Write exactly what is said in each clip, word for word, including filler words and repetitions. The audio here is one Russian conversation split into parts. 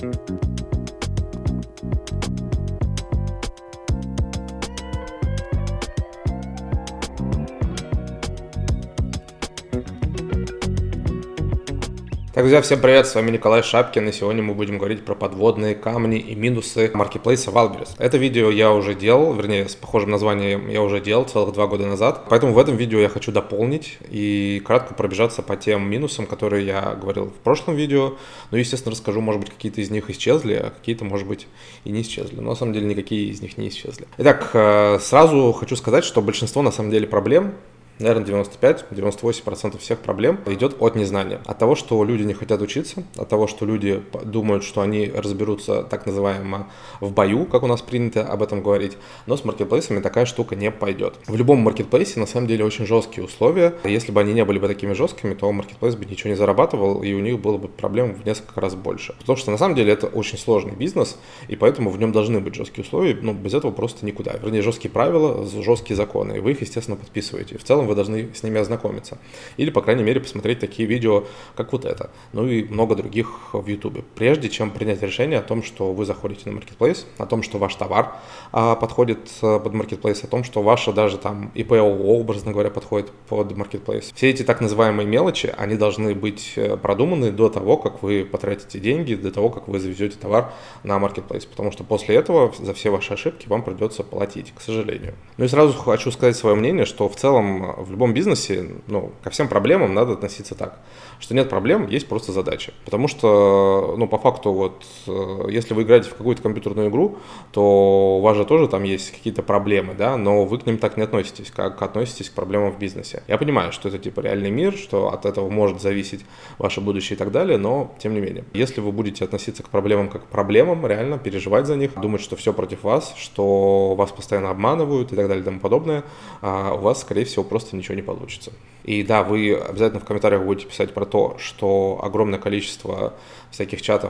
Так, друзья, всем привет, с вами Николай Шапкин, и сегодня мы будем говорить про подводные камни и минусы маркетплейса Wildberries. Это видео я уже делал, вернее, с похожим названием я уже делал целых два года назад, поэтому в этом видео я хочу дополнить и кратко пробежаться по тем минусам, которые я говорил в прошлом видео. Ну, естественно, расскажу, может быть, какие-то из них исчезли, а какие-то, может быть, и не исчезли, но на самом деле никакие из них не исчезли. Итак, сразу хочу сказать, что большинство, на самом деле, проблем, наверное, девяносто пять - девяносто восемь процентов всех проблем идет от незнания. От того, что люди не хотят учиться, от того, что люди думают, что они разберутся так называемо в бою, как у нас принято об этом говорить, но с маркетплейсами такая штука не пойдет. В любом маркетплейсе на самом деле очень жесткие условия. Если бы они не были бы такими жесткими, то маркетплейс бы ничего не зарабатывал, и у них было бы проблем в несколько раз больше. Потому что на самом деле это очень сложный бизнес, и поэтому в нем должны быть жесткие условия, но без этого просто никуда. Вернее, жесткие правила, жесткие законы, и вы их, естественно, подписываете. В целом вы должны с ними ознакомиться. Или, по крайней мере, посмотреть такие видео, как вот это. Ну и много других в YouTube. Прежде чем принять решение о том, что вы заходите на маркетплейс, о том, что ваш товар а, подходит а, под маркетплейс, о том, что ваша даже там ИП ООО, образно говоря, подходит под маркетплейс. Все эти так называемые мелочи, они должны быть продуманы до того, как вы потратите деньги, до того, как вы завезете товар на маркетплейс. Потому что после этого за все ваши ошибки вам придется платить, к сожалению. Ну и сразу хочу сказать свое мнение, что в целом в любом бизнесе, ну, ко всем проблемам надо относиться так, что нет проблем, есть просто задачи. Потому что, ну, по факту, вот, если вы играете в какую-то компьютерную игру, то у вас же тоже там есть какие-то проблемы, да, но вы к ним так не относитесь, как относитесь к проблемам в бизнесе. Я понимаю, что это типа реальный мир, что от этого может зависеть ваше будущее и так далее, но тем не менее. Если вы будете относиться к проблемам как к проблемам, реально переживать за них, думать, что все против вас, что вас постоянно обманывают и так далее и тому подобное, у вас, скорее всего, просто ничего не получится. И да, вы обязательно в комментариях будете писать про то, что огромное количество всяких чатов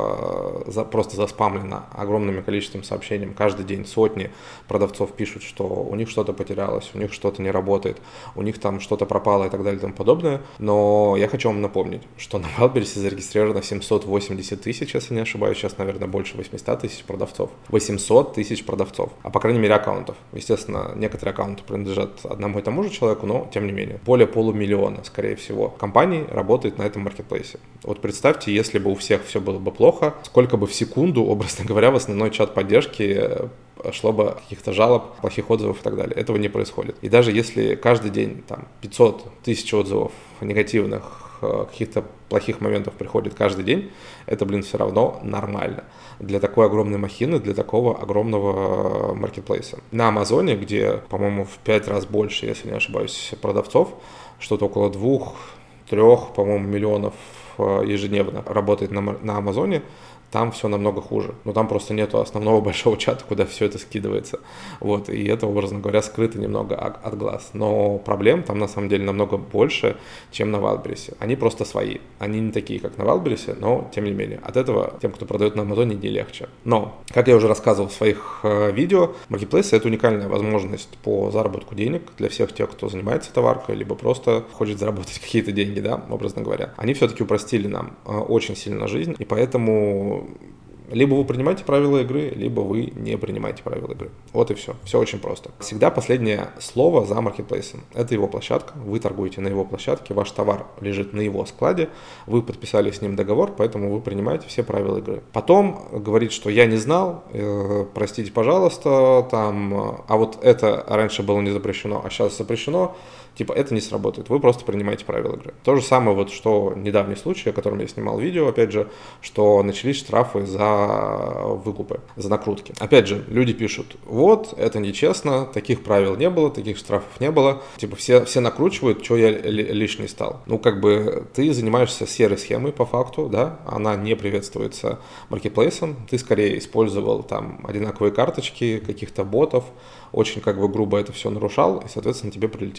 э, за, просто заспамлено огромным количеством сообщений. Каждый день сотни продавцов пишут, что у них что-то потерялось, у них что-то не работает, у них там что-то пропало и так далее и тому подобное. Но я хочу вам напомнить, что на Wildberries зарегистрировано семьсот восемьдесят тысяч, если не ошибаюсь, сейчас, наверное, больше восемьсот тысяч продавцов. восемьсот тысяч продавцов, а по крайней мере аккаунтов. Естественно, некоторые аккаунты принадлежат одному и тому же человеку, но тем не менее. Более полумиллиона, скорее всего, компаний работает на этом маркетплейсе. Вот представьте, если бы у всех все было бы плохо, сколько бы в секунду, образно говоря, в основной чат поддержки шло бы каких-то жалоб, плохих отзывов и так далее. Этого не происходит. И даже если каждый день там пятьсот тысяч отзывов негативных, каких-то плохих моментов приходит каждый день, это, блин, все равно нормально. Для такой огромной махины, для такого огромного маркетплейса. На Амазоне, где, по-моему, в пять раз больше, если не ошибаюсь, продавцов, что-то около двух-трех, по-моему, миллионов ежедневно работает на, на Амазоне, там все намного хуже. Но там просто нету основного большого чата, куда все это скидывается. Вот, и это, образно говоря, скрыто немного от глаз. Но проблем там на самом деле намного больше, чем на Wildberries. Они просто свои. Они не такие, как на Wildberries, но тем не менее. От этого тем, кто продает на Амазоне, не легче. Но, как я уже рассказывал в своих э, видео, маркетплейсы — это уникальная возможность по заработку денег для всех тех, кто занимается товаркой, либо просто хочет заработать какие-то деньги, да, образно говоря. Они все-таки упростили нам э, очень сильно жизнь, и поэтому либо вы принимаете правила игры, либо вы не принимаете правила игры. Вот и все. Все очень просто. Всегда последнее слово за маркетплейсом. Это его площадка. Вы торгуете на его площадке, ваш товар лежит на его складе, вы подписали с ним договор, поэтому вы принимаете все правила игры. Потом говорить, что я не знал, э, простите, пожалуйста, там, а вот это раньше было не запрещено, а сейчас запрещено. Типа, это не сработает, вы просто принимаете правила игры. То же самое, вот, что недавний случай, о котором я снимал видео, опять же, что начались штрафы за выкупы, за накрутки. Опять же, люди пишут, вот, это нечестно, таких правил не было, таких штрафов не было. Типа, все, все накручивают, что я лишний стал. Ну, как бы, ты занимаешься серой схемой по факту, да, она не приветствуется маркетплейсом, ты скорее использовал там одинаковые карточки, каких-то ботов, очень как бы грубо это все нарушал, и, соответственно, тебе прилетело. Как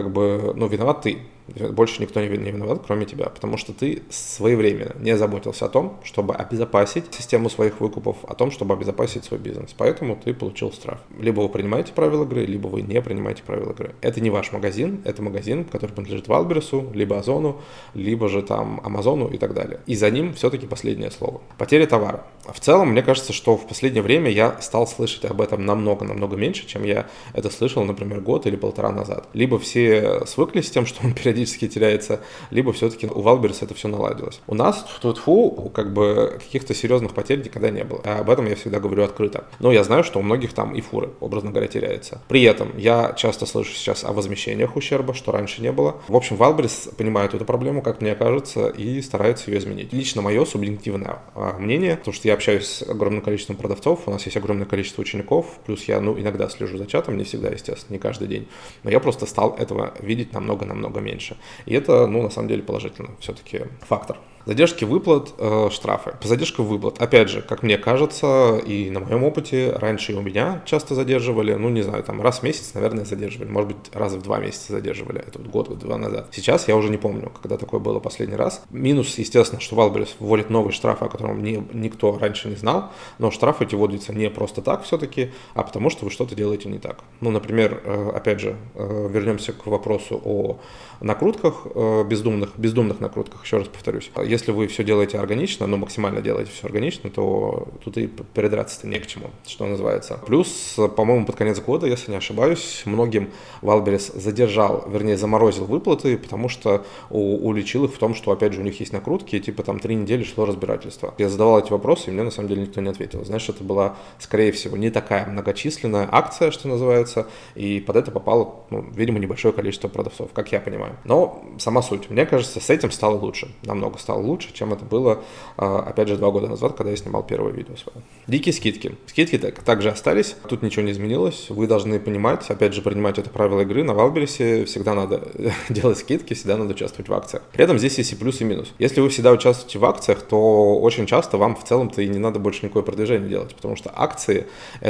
как бы, ну, виноват ты. Больше никто не виноват, кроме тебя, потому что ты своевременно не заботился о том, чтобы обезопасить систему своих выкупов, о том, чтобы обезопасить свой бизнес. Поэтому ты получил штраф. Либо вы принимаете правила игры, либо вы не принимаете правила игры. Это не ваш магазин, это магазин, который принадлежит Вайлдберрису, либо Озону, либо же там Амазону и так далее. И за ним все-таки последнее слово. Потеря товара. В целом, мне кажется, что в последнее время я стал слышать об этом намного-намного меньше, чем я это слышал, например, год или полтора назад. Либо все свыклись с тем, что он периодически теряется, либо все-таки у Вайлдберриса это все наладилось. У нас, тьфу-тьфу, как бы каких-то серьезных потерь никогда не было. А об этом я всегда говорю открыто. Но я знаю, что у многих там и фуры, образно говоря, теряется. При этом я часто слышу сейчас о возмещениях ущерба, что раньше не было. В общем, Вайлдберрис понимает эту проблему, как мне кажется, и старается ее изменить. Лично мое субъективное мнение, потому что я общаюсь с огромным количеством продавцов, у нас есть огромное количество учеников, плюс я, ну, иногда слежу за чатом, не всегда, естественно, не каждый день, но я просто стал этого видеть намного-намного меньше. И это, ну, на самом деле положительно все-таки фактор. Задержки выплат, э, штрафы. По задержкам выплат, опять же, как мне кажется, и на моем опыте, раньше и у меня часто задерживали, ну, не знаю, там раз в месяц, наверное, задерживали, может быть, раз в два месяца задерживали, это вот год-два назад. Сейчас я уже не помню, когда такое было последний раз. Минус, естественно, что Вайлдберрис вводит новые штрафы, о котором не, никто раньше не знал, но штрафы эти вводятся не просто так все-таки, а потому что вы что-то делаете не так. Ну, например, э, опять же, э, вернемся к вопросу о накрутках, э, бездумных, бездумных накрутках, еще раз повторюсь. Если вы все делаете органично, ну, максимально делаете все органично, то тут и передраться-то не к чему, что называется. Плюс, по-моему, под конец года, если не ошибаюсь, многим Вайлдберрис задержал, вернее, заморозил выплаты, потому что уличил их в том, что, опять же, у них есть накрутки, и, типа, там три недели шло разбирательство. Я задавал эти вопросы, и мне, на самом деле, никто не ответил. Знаешь, это была, скорее всего, не такая многочисленная акция, что называется, и под это попало, ну, видимо, небольшое количество продавцов, как я понимаю. Но сама суть. Мне кажется, с этим стало лучше, намного стало лучше, чем это было, опять же, два года назад, когда я снимал первое видео свое. Дикие скидки. Скидки так, также остались, тут ничего не изменилось. Вы должны понимать, опять же, принимать это правило игры. На Вайлдберрисе всегда надо делать скидки, всегда надо участвовать в акциях. При этом здесь есть и плюс, и минус. Если вы всегда участвуете в акциях, то очень часто вам в целом-то и не надо больше никакое продвижение делать, потому что акции –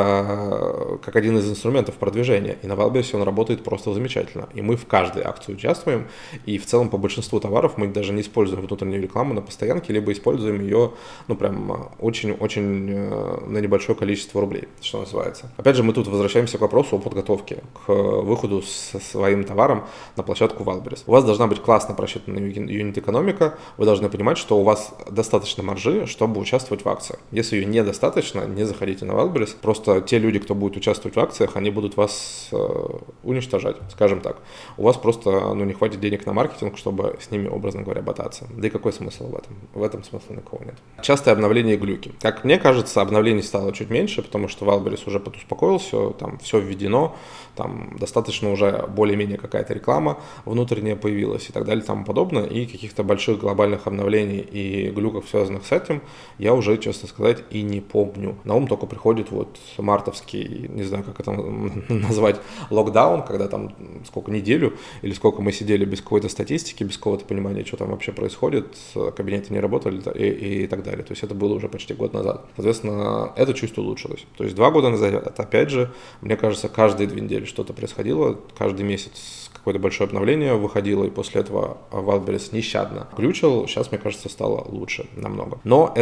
это как один из инструментов продвижения, и на Вайлдберрисе он работает просто замечательно. И мы в каждой акции участвуем, и в целом по большинству товаров мы даже не используем внутреннюю рекламу на постоянке, либо используем ее, ну, прям очень-очень на небольшое количество рублей, что называется. Опять же, мы тут возвращаемся к вопросу о подготовке к выходу со своим товаром на площадку Вайлдберрис. У вас должна быть классно просчитанная юнит-экономика, вы должны понимать, что у вас достаточно маржи, чтобы участвовать в акциях. Если ее недостаточно, не заходите на Вайлдберрис. Просто те люди, кто будет участвовать в акциях, они будут вас э, уничтожать, скажем так. У вас просто, ну, не хватит денег на маркетинг, чтобы с ними, образно говоря, ботаться. Да и какой смысл в этом? В этом смысла никакого нет. Частое обновление и глюки. Как мне кажется, обновлений стало чуть меньше, потому что Вайлдберрис уже подуспокоился, там все введено, там достаточно уже более-менее какая-то реклама внутренняя появилась и так далее и тому подобное, и каких-то больших глобальных обновлений и глюков, связанных с этим, я уже, честно сказать, и не помню. На ум только приходит вот мартовский, не знаю, как это назвать, локдаун, когда там сколько, неделю или сколько мы сидели без какой-то статистики, без какого-то понимания, что там вообще происходит, кабинеты не работали и, и так далее. То есть это было уже почти год назад. Соответственно, это чуть улучшилось. То есть два года назад, это опять же, мне кажется, каждые две недели что-то происходило, каждый месяц какое-то большое обновление выходило, и после этого Вайлдберрис нещадно глючил. Сейчас, мне кажется, стало лучше намного. Но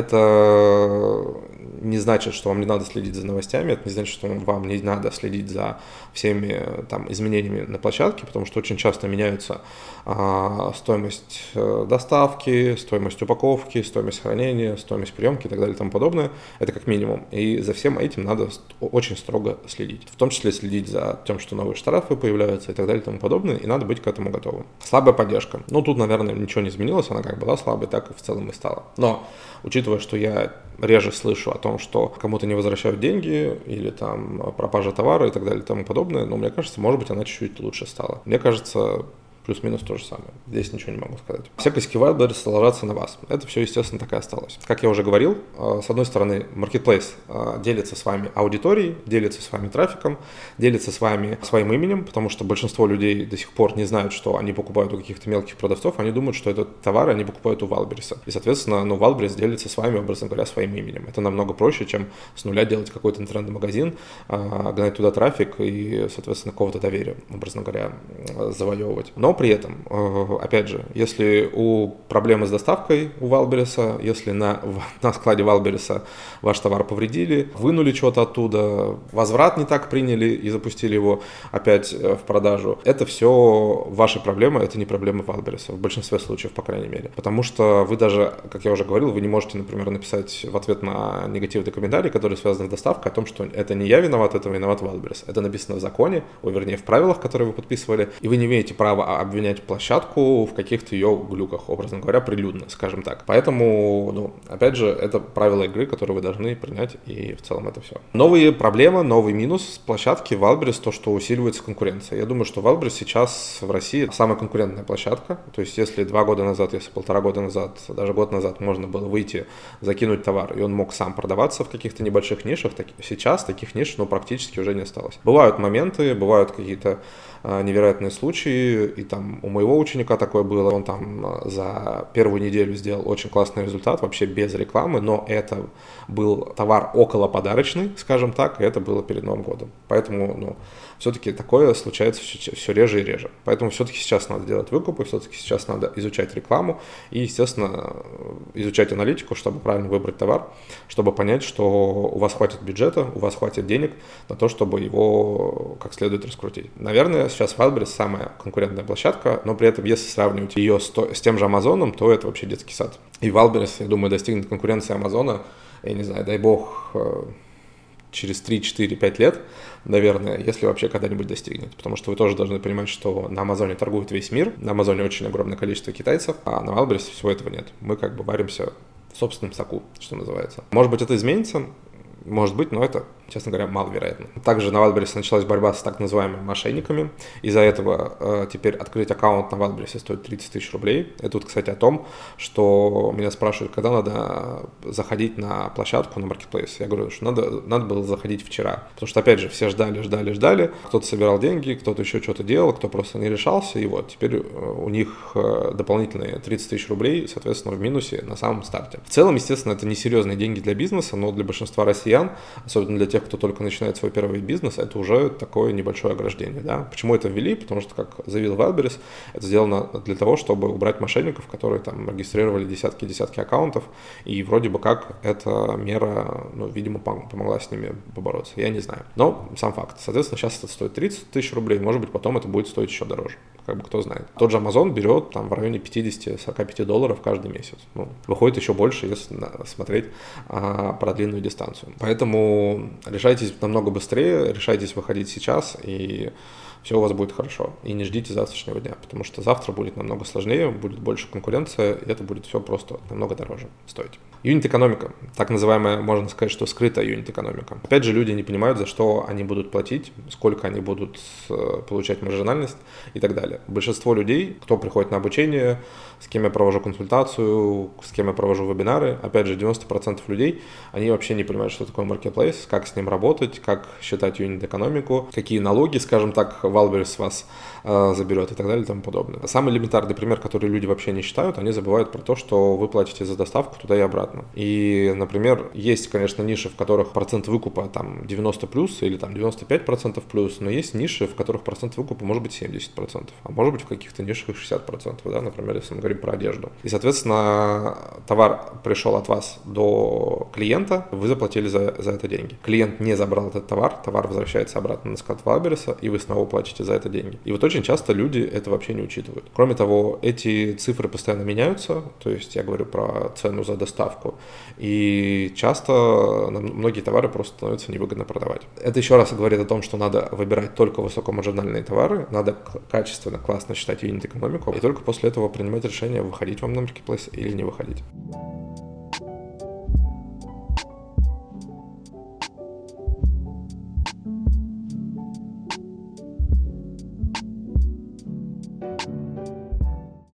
это не значит, что вам не надо следить за новостями, это не значит, что вам не надо следить за всеми там изменениями на площадке, потому что очень часто меняются а, стоимость доставки, стоимость упаковки, стоимость хранения, стоимость приемки и так далее и тому подобное. Это как минимум. И за всем этим надо очень строго следить. В том числе следить за тем, что новые штрафы появляются и так далее и тому подобное, и надо быть к этому готовым. Слабая поддержка. Ну, тут, наверное, ничего не изменилось, она как была слабой, так и в целом и стала. Но, учитывая, что я реже слышу о том, что кому-то не возвращают деньги, или там пропажа товара и так далее и тому подобное, но мне кажется, может быть, она чуть-чуть лучше стала. Мне кажется, Плюс-минус то же самое. Здесь ничего не могу сказать. Все косяки Wildberries ложатся на вас. Это все, естественно, так и осталось. Как я уже говорил, с одной стороны, Marketplace делится с вами аудиторией, делится с вами трафиком, делится с вами своим именем, потому что большинство людей до сих пор не знают, что они покупают у каких-то мелких продавцов, они думают, что этот товар они покупают у Wildberries. И, соответственно, ну, Wildberries делится с вами, образно говоря, своим именем. Это намного проще, чем с нуля делать какой-то интернет-магазин, гнать туда трафик и, соответственно, какого-то доверия, образно говоря, завоевывать. Но при этом, опять же, если у проблемы с доставкой у Wildberries, если на, на складе Wildberries ваш товар повредили, вынули что-то оттуда, возврат не так приняли и запустили его опять в продажу, это все ваши проблемы, это не проблемы Wildberries, в большинстве случаев, по крайней мере. Потому что вы даже, как я уже говорил, вы не можете, например, написать в ответ на негативный комментарий, который связан с доставкой, о том, что это не я виноват, это виноват Wildberries. Это написано в законе, о, вернее, в правилах, которые вы подписывали, и вы не имеете права обвинять площадку в каких-то ее глюках, образно говоря, прилюдно, скажем так. Поэтому, ну, опять же, это правила игры, которые вы должны принять, и в целом это все. Новые проблемы, новый минус площадки Wildberries, то, что усиливается конкуренция. Я думаю, что Wildberries сейчас в России самая конкурентная площадка. То есть, если два года назад, если полтора года назад, даже год назад можно было выйти, закинуть товар, и он мог сам продаваться в каких-то небольших нишах, так, сейчас таких ниш, ну, практически уже не осталось. Бывают моменты, бывают какие-то а, невероятные случаи, и там у моего ученика такое было, он там за первую неделю сделал очень классный результат, вообще без рекламы, но это был товар около подарочный, скажем так, и это было перед Новым годом. Поэтому, ну, все-таки такое случается все, все реже и реже. Поэтому все-таки сейчас надо делать выкупы, все-таки сейчас надо изучать рекламу и, естественно, изучать аналитику, чтобы правильно выбрать товар, чтобы понять, что у вас хватит бюджета, у вас хватит денег на то, чтобы его как следует раскрутить. Наверное, сейчас Wildberries самая конкурентная площадка, но при этом, если сравнивать ее с, то, с тем же Амазоном, то это вообще детский сад. И Wildberries, я думаю, достигнет конкуренции Амазона, я не знаю, дай бог, через три, четыре, пять лет, наверное, если вообще когда-нибудь достигнет. Потому что вы тоже должны понимать, что на Амазоне торгует весь мир, на Амазоне очень огромное количество китайцев, а на Wildberries всего этого нет. Мы как бы варимся в собственном соку, что называется. Может быть, это изменится, может быть, но это, честно говоря, маловероятно. Также на Wildberries началась борьба с так называемыми мошенниками. Из-за этого э, теперь открыть аккаунт на Wildberries стоит тридцать тысяч рублей. Это тут, кстати, о том, что меня спрашивают, когда надо заходить на площадку, на Marketplace. Я говорю, что надо, надо было заходить вчера. Потому что, опять же, все ждали, ждали, ждали. Кто-то собирал деньги, кто-то еще что-то делал, кто просто не решался. И вот теперь у них дополнительные тридцать тысяч рублей, соответственно, в минусе на самом старте. В целом, естественно, это несерьезные деньги для бизнеса, но для большинства россиян, особенно для тех, кто только начинает свой первый бизнес, это уже такое небольшое ограждение. Да? Почему это ввели? Потому что, как заявил Wildberries, это сделано для того, чтобы убрать мошенников, которые там регистрировали десятки-десятки аккаунтов, и вроде бы как эта мера, ну, видимо, помогла с ними побороться. Я не знаю. Но сам факт. Соответственно, сейчас это стоит тридцать тысяч рублей, может быть, потом это будет стоить еще дороже. Как бы кто знает. Тот же Amazon берет там в районе пятьдесят-сорок пять долларов каждый месяц. Ну, выходит еще больше, если смотреть а, про длинную дистанцию. Поэтому решайтесь намного быстрее, решайтесь выходить сейчас, и все у вас будет хорошо. И не ждите завтрашнего дня, потому что завтра будет намного сложнее, будет больше конкуренция, и это будет все просто намного дороже стоить. Юнит-экономика. Так называемая, можно сказать, что скрытая юнит-экономика. Опять же, люди не понимают, за что они будут платить, сколько они будут получать маржинальность и так далее. Большинство людей, кто приходит на обучение, с кем я провожу консультацию, с кем я провожу вебинары, опять же, девяносто процентов людей, они вообще не понимают, что такое Marketplace, как с ним работать, как считать юнит-экономику, какие налоги, скажем так, Wildberries с вас э, заберет и так далее и тому подобное. Самый элементарный пример, который люди вообще не считают, они забывают про то, что вы платите за доставку туда и обратно. И, например, есть, конечно, ниши, в которых процент выкупа там девяносто плюс или там девяносто пять процентов плюс, но есть ниши, в которых процент выкупа может быть семьдесят процентов, а может быть в каких-то нишах шестьдесят процентов, да, например, если мы говорим про одежду. И, соответственно, товар пришел от вас до клиента, вы заплатили за, за это деньги. Клиент не забрал этот товар, товар возвращается обратно на склад Wildberries, и вы снова платите за это деньги. И вот очень часто люди это вообще не учитывают. Кроме того, эти цифры постоянно меняются, то есть я говорю про цену за доставку, и часто многие товары просто становятся невыгодно продавать. Это еще раз говорит о том, что надо выбирать только высокомаржинальные товары, надо качественно, классно считать юнит-экономику, и только после этого принимать решение, выходить вам на Marketplace или не выходить.